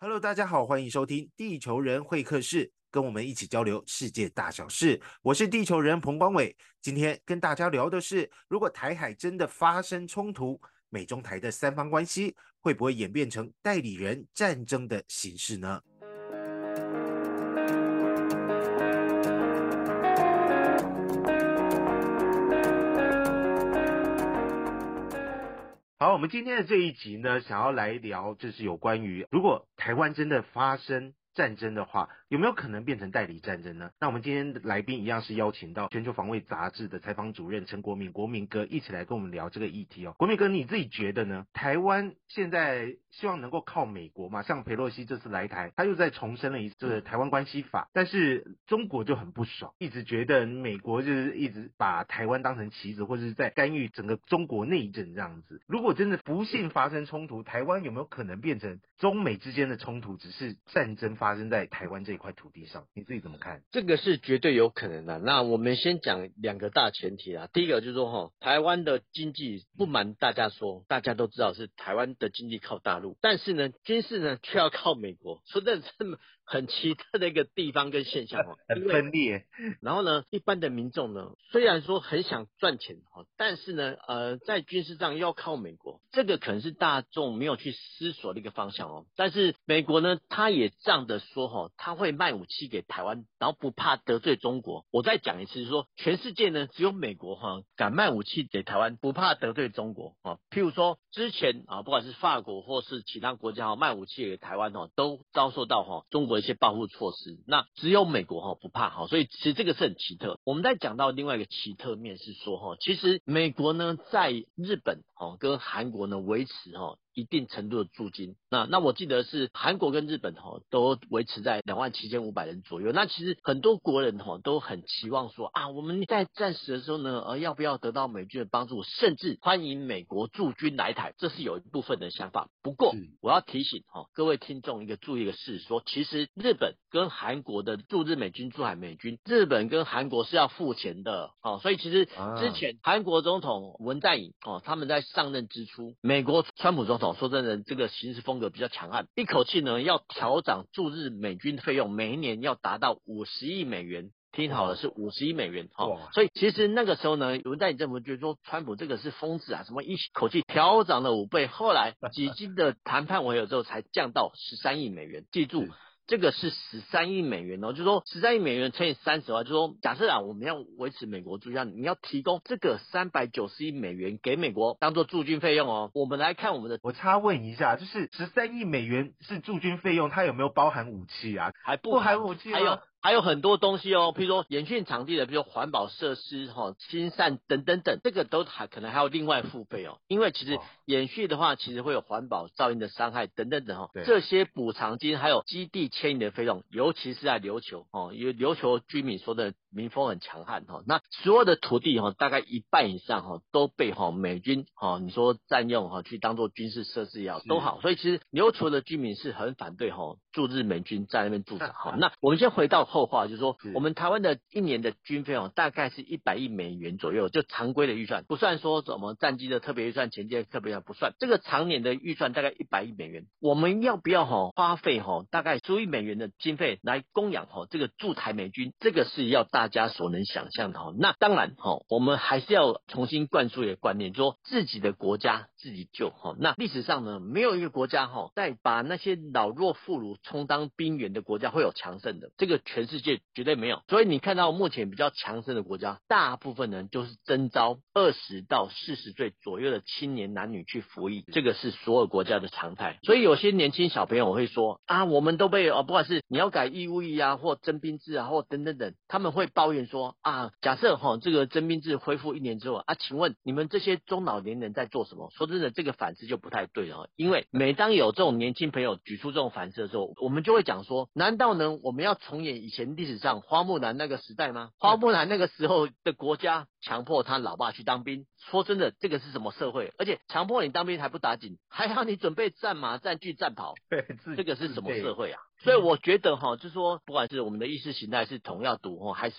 Hello，大家好，欢迎收听地球人会客室，跟我们一起交流世界大小事。我是地球人彭光伟，今天跟大家聊的是，如果台海真的发生冲突，美中台的三方关系会不会演变成代理人战争的形式呢？好，我们今天的这一集呢，想要来聊，就是有关于如果台湾真的发生战争的话，有没有可能变成代理战争呢？那我们今天的来宾一样是邀请到全球防卫杂志的采访主任陈国民，国民哥一起来跟我们聊这个议题哦。国民哥，你自己觉得呢？台湾现在希望能够靠美国嘛？像裴洛西这次来台，他又在重申了一次台湾关系法，但是中国就很不爽，一直觉得美国就是一直把台湾当成棋子，或者是在干预整个中国内政这样子。如果真的不幸发生冲突，台湾有没有可能变成中美之间的冲突，只是战争发生在台湾这一块土地上？你自己怎么看？ 这个是绝对有可能的。那我们先讲两个大前提啦。第一个就是说台湾的经济不瞒大家说，大家都知道是台湾的经济靠大陆，但是呢，军事呢却要靠美国，说的是很奇特的一个地方跟现象很分裂。 然后呢，一般的民众呢，虽然说很想赚钱但是呢，在军事上要靠美国，这个可能是大众没有去思索的一个方向但是美国呢，他也这样的说他会卖武器给台湾，然后不怕得罪中国。我再讲一次说，全世界呢，只有美国敢卖武器给台湾，不怕得罪中国譬如说之前不管是法国或是其他国家卖武器给台湾都遭受到中国一些报复措施，那只有美国不怕所以其实这个是很奇特。我们再讲到另外一个奇特面是说其实美国呢在日本跟韩国呢维持一定程度的驻军，那我记得是韩国跟日本都维持在27,500人左右。那其实很多国人都很期望说我们在战时的时候呢要不要得到美军的帮助，甚至欢迎美国驻军来台，这是有一部分的想法。不过我要提醒各位听众一个注意的事，说其实日本跟韩国的驻日美军驻海美军，日本跟韩国是要付钱的所以其实之前韩国总统文在寅他们在上任之初，美国川普总统说真的这个行事风格比较强悍，一口气呢要调涨驻日美军费用，每一年要达到50亿美元。听好了，是50亿美元所以其实那个时候呢，文在寅政府觉得说川普这个是疯子什么一口气调涨了5倍，后来几经的谈判完了之后才降到13亿美元。记住这个是13亿美元就是说13亿美元乘以30的话，就是说假设我们要维持美国驻军，你要提供这个390亿美元给美国当做驻军费用我们来看我们的， 我插问一下，就是13亿美元是驻军费用，它有没有包含武器啊？ 还不含武器吗？ 还有很多东西譬如说演训场地的，比如说环保设施清散等等等，这个都可能还有另外付费因为其实演训的话，其实会有环保噪音的伤害等等等这些补偿金还有基地迁移的费用，尤其是在琉球因为琉球居民说的民风很强悍那所有的土地大概一半以上都被美军你说占用去当做军事设施也好都好，所以其实琉球的居民是很反对驻日美军在那边驻扎那我们先回到后话，就是说我们台湾的一年的军费大概是100亿美元左右，就常规的预算，不算说什么战机的特别预算、前舰特别预算不算，这个常年的预算大概100亿美元。我们要不要花费大概数亿美元的经费来供养这个驻台美军？这个是要大家所能想象的那当然我们还是要重新灌输一个观念，说自己的国家自己救那历史上呢，没有一个国家在把那些老弱妇孺充当兵员的国家会有强盛的，这个全世界绝对没有。所以你看到目前比较强盛的国家，大部分人就是征召20到40岁左右的青年男女去服役，这个是所有国家的常态。所以有些年轻小朋友会说我们都被不管是你要改义务役或征兵制或等等等，他们会抱怨说假设这个征兵制恢复1年之后请问你们这些中老年人在做什么？说真的，这个反思就不太对了因为每当有这种年轻朋友举出这种反思的时候，我们就会讲说，难道呢我们要重演以前历史上花木兰那个时代吗？花木兰那个时候的国家强迫他老爸去当兵，说真的，这个是什么社会？而且强迫你当兵还不打紧，还要你准备战马、战具、战袍，这个是什么社会所以我觉得就是说不管是我们的意识形态是统要独还是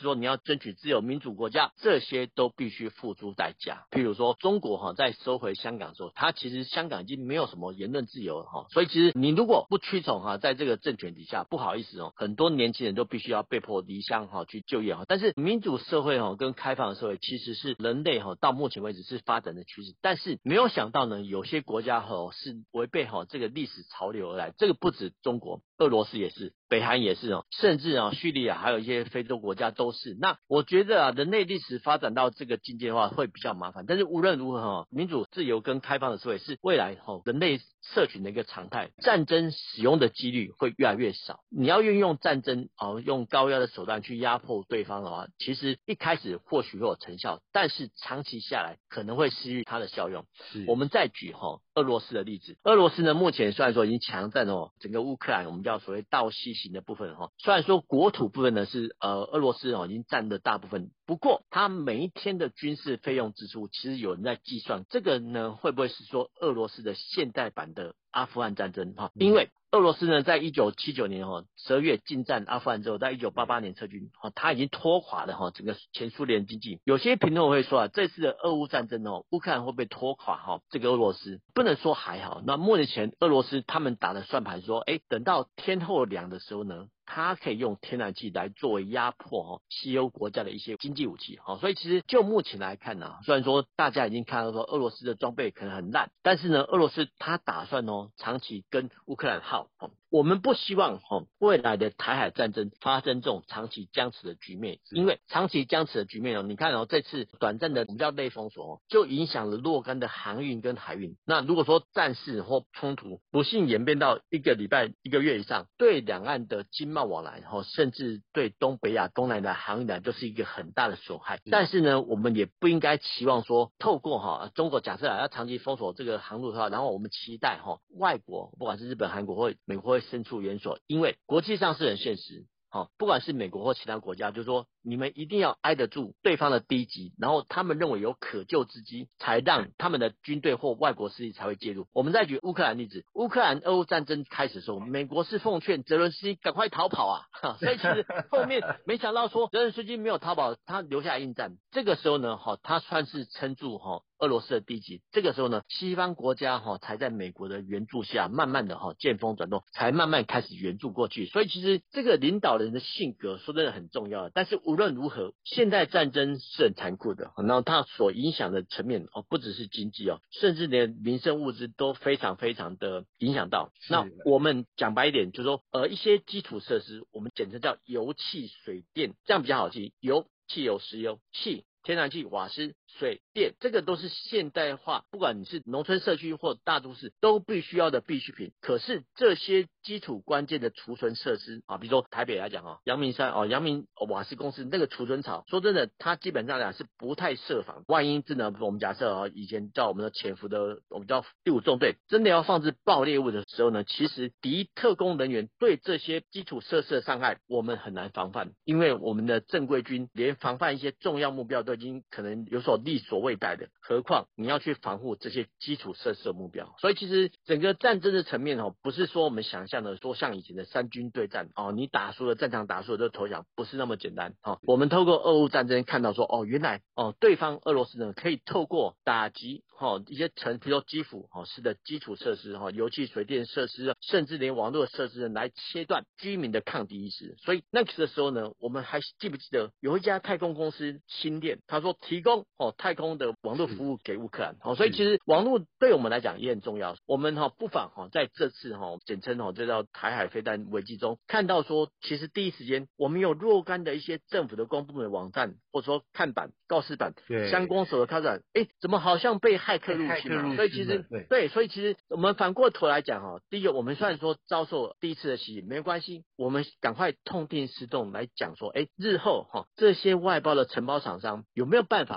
是说你要争取自由民主国家，这些都必须付出代价。譬如说中国在收回香港的时候，它其实香港已经没有什么言论自由了所以其实你如果不屈从在这个政权底下，不好意思很多年轻人都必须要被迫离乡去就业但是民主社会跟开放的社会其实是人类到目前为止是发展的趋势，但是没有想到呢，有些国家是违背这个历史潮流而来，这个不止中国，俄罗斯也是，北韩也是甚至叙利亚还有一些非洲国家都是。那我觉得人类历史发展到这个境界的话会比较麻烦，但是无论如何民主自由跟开放的社会是未来人类社群的一个常态，战争使用的几率会越来越少。你要运用战争用高压的手段去压迫对方的话，其实一开始或许会有成效，但是长期下来可能会失去它的效用。我们再举俄罗斯的例子，俄罗斯呢目前虽然说已经强占整个乌克兰我们叫所谓道西型的部分虽然说国土部分呢是俄罗斯已经占了大部分，不过它每一天的军事费用支出其实有人在计算，这个呢会不会是说俄罗斯的现代版的阿富汗战争因为俄罗斯呢在1979年12月进占阿富汗之后，在1988年撤军它已经拖垮了整个前苏联经济。有些评论会说这次的俄乌战争乌克兰会不会拖垮这个俄罗斯，不能说还好。那目前俄罗斯他们打的算盘说等到天后凉的时候呢，它可以用天然气来作为压迫西欧国家的一些经济武器所以其实就目前来看虽然说大家已经看到说俄罗斯的装备可能很烂，但是呢俄罗斯它打算长期跟乌克兰耗我们不希望未来的台海战争发生这种长期僵持的局面，因为长期僵持的局面你看这次短暂的我们叫类封锁就影响了若干的航运跟海运。那如果说战事或冲突不幸演变到1个礼拜1个月以上，对两岸的经贸往来甚至对东北亚东南亚航运来就是一个很大的损害。但是呢我们也不应该期望说透过中国假设要长期封锁这个航路的话，然后我们期待外国不管是日本韩国或美国会伸出援手，因为国际上是很现实不管是美国或其他国家，就是说你们一定要挨得住对方的低级，然后他们认为有可救之机，才让他们的军队或外国势力才会介入。我们再举乌克兰例子，乌克兰俄乌战争开始的时候，美国是奉劝泽伦斯基赶快逃跑所以其实后面没想到说泽伦斯基没有逃跑，他留下来应战。这个时候呢他算是撑住俄罗斯的低级。这个时候呢西方国家才在美国的援助下慢慢的见风转舵，才慢慢开始援助过去。所以其实这个领导人的性格说真的很重要。但是无论如何，现代战争是很残酷的，然后它所影响的层面不只是经济甚至连民生物资都非常非常的影响到。那我们讲白一点，就是说一些基础设施我们简称叫油气水电，这样比较好记。油、汽油、石油、气、天然气、瓦斯、水电，这个都是现代化，不管你是农村社区或大都市都必须要的必需品。可是这些基础关键的储存设施比如说台北来讲阳明山阳明瓦斯公司那个储存槽，说真的它基本上讲是不太设防，万一真的我们假设以前叫我们的潜伏的我们叫第5纵队真的要放置爆裂物的时候呢，其实敌特工人员对这些基础设施的伤害我们很难防范，因为我们的正规军连防范一些重要目标都已经可能有所力所未逮的，何况你要去防护这些基础设施的目标。所以其实整个战争的层面不是说我们想象的说像以前的三军对战你打输了战场打输了就投降，不是那么简单我们透过俄乌战争看到说原来对方俄罗斯呢可以透过打击一些比如说基辅是的基础设施油气水电设施，甚至连网络设施来切断居民的抗敌意识。所以那个时候呢，我们还记不记得有一家太空公司星链，他说提供太空的网络服务给乌克兰所以其实网络对我们来讲也很重要。我们不妨在这次简称这叫台海飞弹危机中看到说，其实第一时间我们有若干的一些政府的公布的网站或者说看板告示板相关手的开展怎么好像被骇客入侵所以其实对，所以其实我们反过头来讲第一个，我们虽然说遭受第一次的袭击没关系，我们赶快痛定思痛来讲说日后这些外包的承包厂商有没有办法剔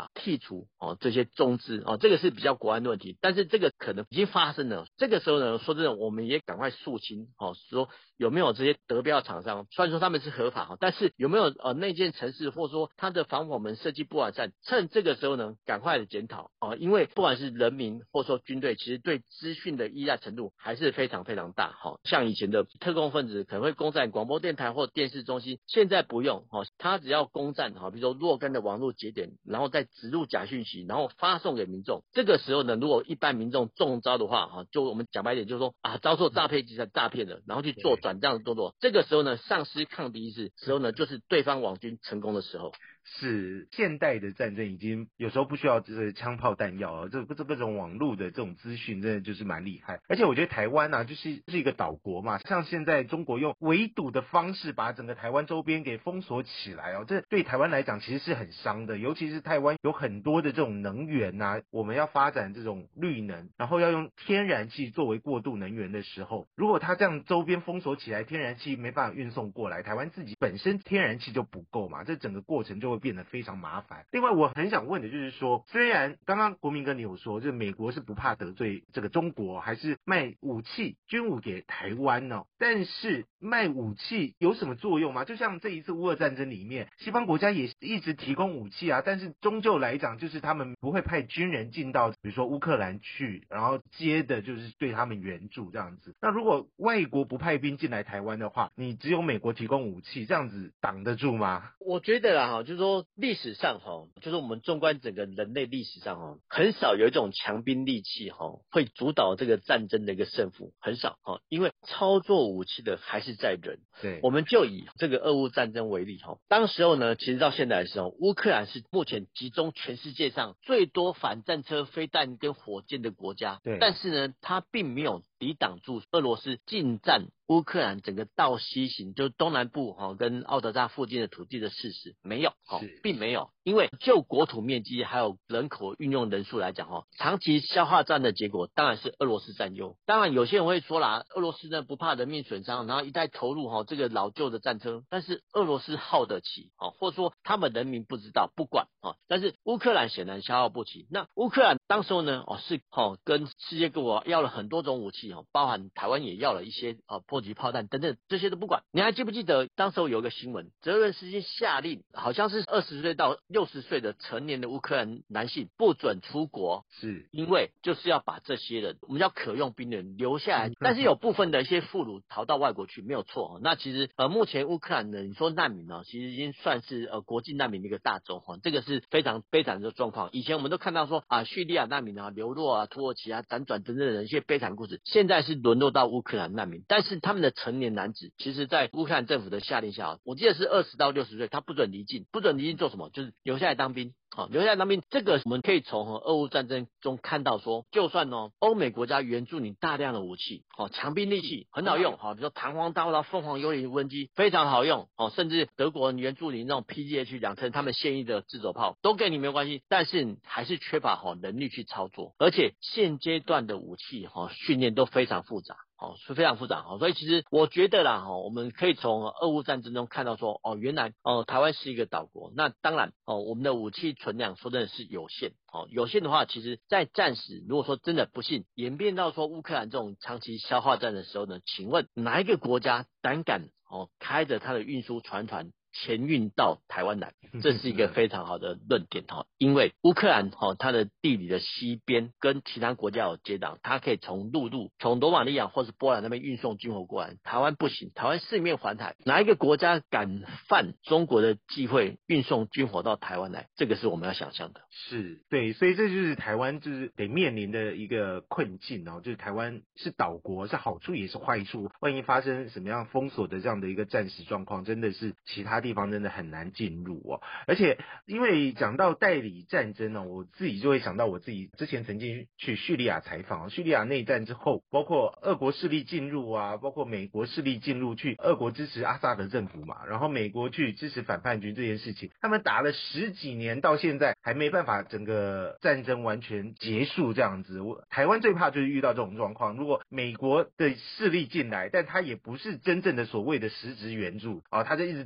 出这些中资这个是比较国安的问题，但是这个可能已经发生了。这个时候呢，说真的，我们也赶快肃清说有没有这些得标厂商，虽然说他们是合法但是有没有内建程式或者说它的防火门设计不完善，趁这个时候呢赶快的检讨因为不管是人民或者说军队，其实对资讯的依赖程度还是非常非常大像以前的特工分子可能会攻占广播电台或电视中心，现在不用他只要攻占比如说若干的网络节点，然后再植入假讯息，然后发送给民众。这个时候呢，如果一般民众中招的话就我们讲白一点，就是说遭受诈骗集团诈骗了，然后去做转账的动作，这个时候呢丧失抗敌意识时候呢，就是对方网军成功的时候。 是现代的战争已经有时候不需要就是枪炮弹药这各种网络的这种资讯真的就是蛮厉害。而且我觉得台湾就是一个岛国嘛，像现在中国用围堵的方式把整个台湾周边给封锁起来这对台湾来讲其实是很伤的。尤其是台湾有很多的这种能源我们要发展这种绿能，然后要用天然气作为过渡能源的时候，如果它这样周边封锁起来，天然气没办法运送过来，台湾自己本身天然气就不够嘛，这整个过程就会变得非常麻烦。另外我很想问的就是说，虽然刚刚国民哥你有说就是美国是不怕得罪这个中国，还是卖武器军武给台湾但是卖武器有什么作用吗？就像这一次乌俄战争里面，西方国家也一直提供武器但是终究来讲就是他们不会派军人进到比如说乌克兰去，然后接的就是对他们援助这样子。那如果外国不派兵进来台湾的话，你只有美国提供武器，这样子挡得住吗？ 我觉得啦就是说历史上就是我们纵观整个人类历史上很少有一种强兵利器会主导这个战争的一个胜负，很少因为操作武器的还是在人。 对， 我们就以这个俄乌战争为例当时候呢，其实到现在的时候，乌克兰是目前集中全世界上最多反战车、飞弹跟火箭的国家。 对， 但是呢，它并没有抵挡住俄罗斯进占乌克兰整个道西行，就是东南部跟奥德萨附近的土地的事实，没有并没有。因为就国土面积还有人口运用人数来讲长期消化战的结果当然是俄罗斯占优。当然有些人会说啦，俄罗斯呢不怕人命损伤，然后一旦投入这个老旧的战车，但是俄罗斯耗得起或者说他们人民不知道不管但是乌克兰显然消耗不起。那乌克兰当时候呢是跟世界各国要了很多种武器包含台湾也要了一些迫击炮弹等等，这些都不管。你还记不记得当时候有一个新闻，泽伦斯基下令好像是20岁到60岁的成年的乌克兰男性不准出国， 是因为就是要把这些人我们叫可用兵人留下来。但是有部分的一些俘虏逃到外国去，没有错那其实目前乌克兰的你说难民其实已经算是国际难民的一个大宗这个是非常悲惨的状况。以前我们都看到说叙利亚难民流落土耳其辗转等等的一些悲惨故事，现在是沦落到乌克兰难民。但是他们的成年男子其实在乌克兰政府的下令下，我记得是20到60岁，他不准离境。不准离境做什么？就是留下来当兵留下来当兵。这个我们可以从俄乌战争中看到说，就算欧美国家援助你大量的武器强兵利器很好用比如说弹簧刀啦、凤凰幽灵无人机非常好用甚至德国援助你那种 PGH-2称他们现役的自走炮都给你没有关系，但是还是缺乏能力去操作。而且现阶段的武器训练都非常复杂是非常复杂所以其实我觉得啦我们可以从俄乌战争中看到说原来台湾是一个岛国。那当然我们的武器存量说真的是有限有限的话，其实在战时如果说真的不幸演变到说乌克兰这种长期消化战的时候呢，请问哪一个国家胆敢开着它的运输船前运到台湾来？这是一个非常好的论点因为乌克兰它的地理的西边跟其他国家有接壤，它可以从陆路从罗马尼亚或是波兰那边运送军火过来。台湾不行，台湾四面环海，哪一个国家敢犯中国的忌讳运送军火到台湾来？这个是我们要想象的。 是对，所以这就是台湾就是得面临的一个困境就是台湾是岛国，是好处也是坏处。万一发生什么样封锁的这样的一个战时状况，真的是其他地方真的很难进入而且因为讲到代理战争我自己就会想到我自己之前曾经去叙利亚采访叙利亚内战之后，包括俄国势力进入包括美国势力进入，去俄国支持阿萨德政府嘛，然后美国去支持反叛军这件事情，他们打了10几年，到现在还没办法整个战争完全结束这样子。台湾最怕就是遇到这种状况，如果美国的势力进来，但他也不是真正的所谓的实质援助他就一直提供你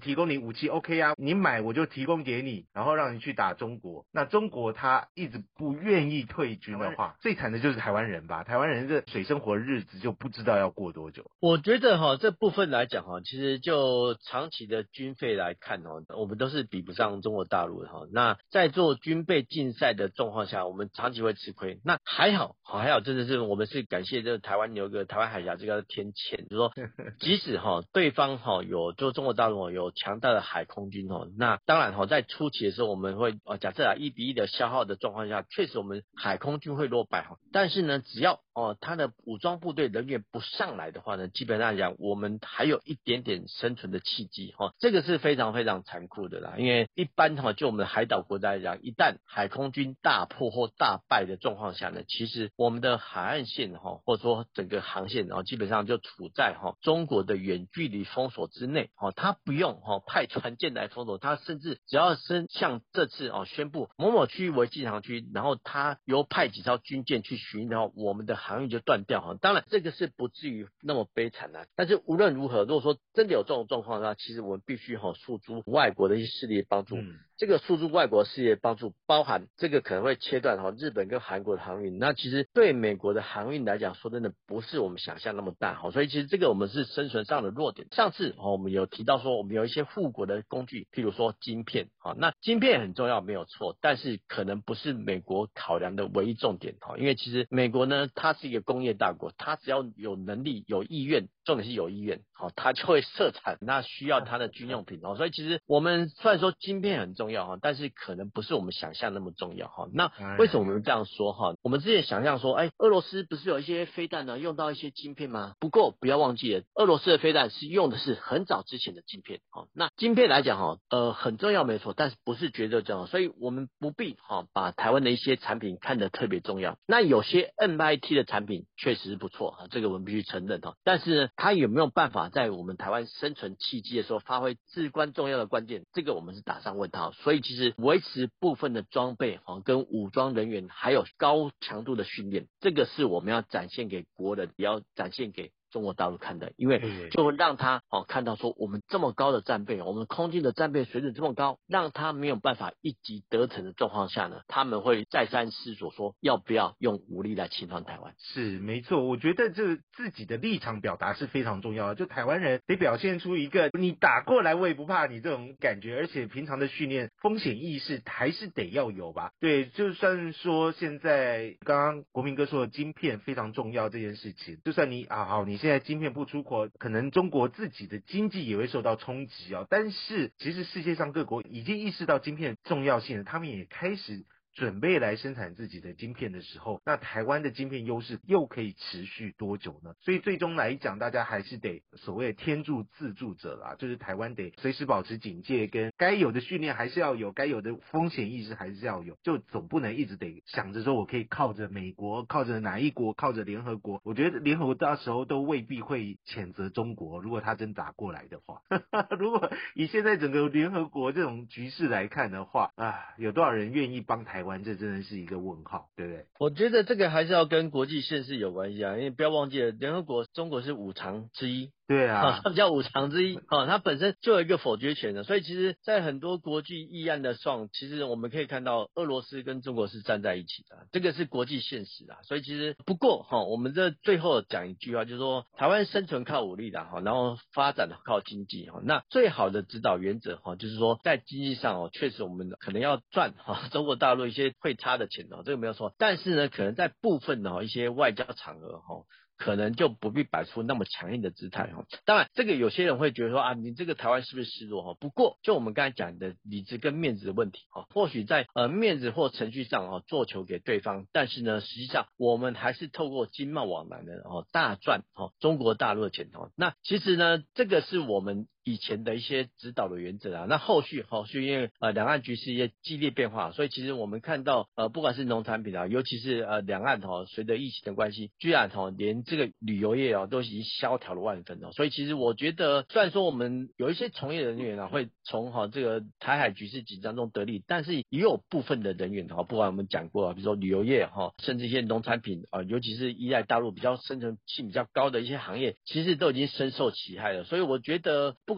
武器 OK 啊，你买我就提供给你，然后让你去打中国。那中国他一直不愿意退军的话，最惨的就是台湾人吧，台湾人这水深火日子就不知道要过多久。 我觉得这部分来讲其实就长期的军费来看我们都是比不上中国大陆的那在做军备竞赛的状况下，我们长期会吃亏。那还好，真的是我们是感谢这个台湾有个台湾海峡这个天堑，就是说即使对方有就中国大陆有强大的海空军那当然在初期的时候我们会假设1-1的消耗的状况下，确实我们海空军会落败但是呢，只要他的武装部队人员不上来的话呢，基本上讲我们还有一点点生存的契机这个是非常非常残酷的啦。因为一般就我们的海岛国家来讲，一旦海空军大破或大败的状况下呢，其实我们的海岸线或者说整个航线基本上就处在中国的远距离封锁之内他不用派船舰来封锁，他甚至只要像这次宣布某某区域为禁航区，然后他由派几艘军舰去巡的话，我们的航运就断掉当然这个是不至于那么悲惨但是无论如何，如果说真的有这种状况的话，其实我们必须诉诸外国的一些势力帮助这个诉诸外国势力的帮助包含这个可能会切断日本跟韩国的航运，那其实对美国的航运来讲，说真的不是我们想象那么大所以其实这个我们是生存上的弱点。上次我们有提到说我们有一些护国的工具，譬如说晶片那晶片很重要没有错，但是可能不是美国考量的唯一重点因为其实美国呢，它是一个工业大国，它只要有能力有意愿，重点是有意愿它就会设产，那需要它的军用品所以其实我们虽然说晶片很重要但是可能不是我们想象那么重要那为什么我们这样说我们之前想象说俄罗斯不是有一些飞弹呢用到一些晶片吗？不过不要忘记了，俄罗斯的飞弹是用的是很早之前的晶片那晶片来讲很重要没错，但是不是绝对重要，所以我们不必把台湾的一些产品看得特别重要。那有些 MIT 的产品确实不错这个我们必须承认但是呢，它有没有办法在我们台湾生存契机的时候发挥至关重要的关键，这个我们是打上问号。所以其实维持部分的装备跟武装人员还有高强度的训练，这个是我们要展现给国人，也要展现给中国大陆看的，因为就会让他看到说我们这么高的战备，我们空军的战备水准这么高，让他没有办法一击得逞的状况下呢，他们会再三思索说要不要用武力来侵犯台湾。 是没错，我觉得这自己的立场表达是非常重要的，就台湾人得表现出一个你打过来我也不怕你这种感觉，而且平常的训练风险意识还是得要有吧。对，就算说现在刚刚国民哥说的晶片非常重要这件事情，就算你好你现在晶片不出口，可能中国自己的经济也会受到冲击但是其实世界上各国已经意识到晶片重要性了，他们也开始准备来生产自己的晶片的时候，那台湾的晶片优势又可以持续多久呢？所以最终来讲，大家还是得所谓天助自助者啦，就是台湾得随时保持警戒，跟该有的训练还是要有，该有的风险意识还是要有，就总不能一直得想着说我可以靠着美国，靠着哪一国，靠着联合国。我觉得联合国到时候都未必会谴责中国，如果他真打过来的话如果以现在整个联合国这种局势来看的话有多少人愿意帮台湾？这真的是一个问号，对不对？ 我觉得这个还是要跟国际现实有关系因为不要忘记了，联合国中国是五常之一， 对啊， 它比较五常之一它本身就有一个否决权的，所以其实在很多国际议案的上，其实我们可以看到俄罗斯跟中国是站在一起的，这个是国际现实所以其实不过我们这最后讲一句话，就是说台湾生存靠武力然后发展靠经济那最好的指导原则就是说在经济上确实我们可能要赚中国大陆一些会差的钱这个没有错，但是呢可能在部分的一些外交场合可能就不必摆出那么强硬的姿态当然这个有些人会觉得说你这个台湾是不是示弱不过就我们刚才讲的理智跟面子的问题或许在面子或程序上做球给对方，但是呢实际上我们还是透过经贸往来的大赚中国大陆的钱那其实呢这个是我们以前的一些指导的原则那后续因为两岸局势一些激烈变化，所以其实我们看到不管是农产品尤其是两岸随着疫情的关系，居然连这个旅游业都已经萧条了万分所以其实我觉得虽然说我们有一些从业人员会从这个台海局势紧张中得利，但是也有部分的人员不管我们讲过比如说旅游业甚至一些农产品尤其是依赖大陆比较生存性比较高的一些行业，其实都已经深受其害了。所以我觉得不管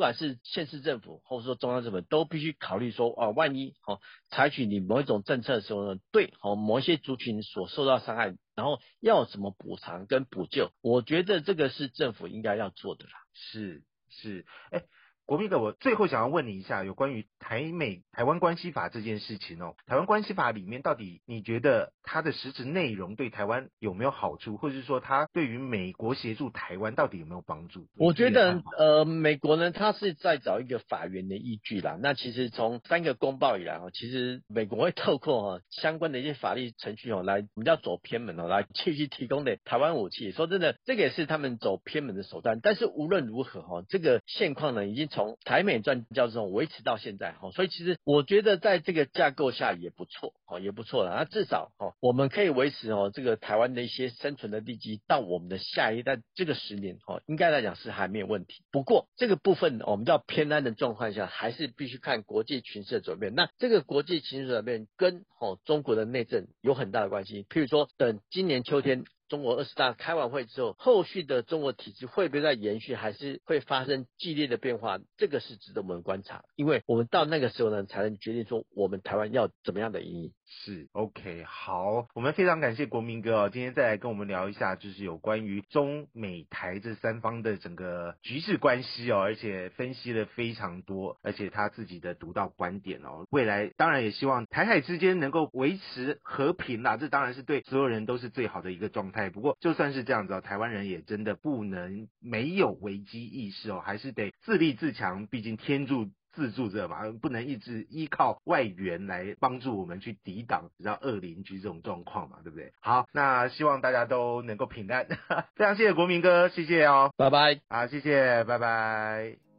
管是县市政府或者说中央政府，都必须考虑说，万一采取你某一种政策的时候呢，对某一些族群所受到伤害，然后要怎么补偿跟补救，我觉得这个是政府应该要做的啦。 是，国民哥，我最后想要问你一下，有关于台湾关系法这件事情哦。台湾关系法里面到底你觉得它的实质内容对台湾有没有好处，或者是说它对于美国协助台湾到底有没有帮助？ 我觉得美国呢，它是在找一个法源的依据啦。那其实从3个公报以来其实美国会透过相关的一些法律程序来，我们叫走偏门来继续提供给台湾武器。说真的，这个也是他们走偏门的手段。但是无论如何这个现况呢，已经从台美断交之后维持到现在所以其实我觉得在这个架构下也不错也不错了。那至少我们可以维持这个台湾的一些生存的地基到我们的下一代这个10年应该来讲是还没有问题。不过这个部分我们叫偏安的状况下，还是必须看国际情势的转变。那这个国际情势转变跟中国的内政有很大的关系。譬如说等今年秋天中国20大开完会之后，后续的中国体制会不会再延续，还是会发生剧烈的变化，这个是值得我们观察。因为我们到那个时候呢，才能决定说我们台湾要怎么样的营运。 是 OK， 好，我们非常感谢国民哥今天再来跟我们聊一下，就是有关于中美台这3方的整个局势关系而且分析了非常多，而且他自己的独到观点未来当然也希望台海之间能够维持和平啦，这当然是对所有人都是最好的一个状态。不过就算是这样子台湾人也真的不能没有危机意识还是得自立自强，毕竟天助自助者嘛，不能一直依靠外援来帮助我们去抵挡恶邻居这种状况嘛，对不对？好，那希望大家都能够平安非常谢谢国民哥，谢谢拜拜。好，谢谢，拜拜。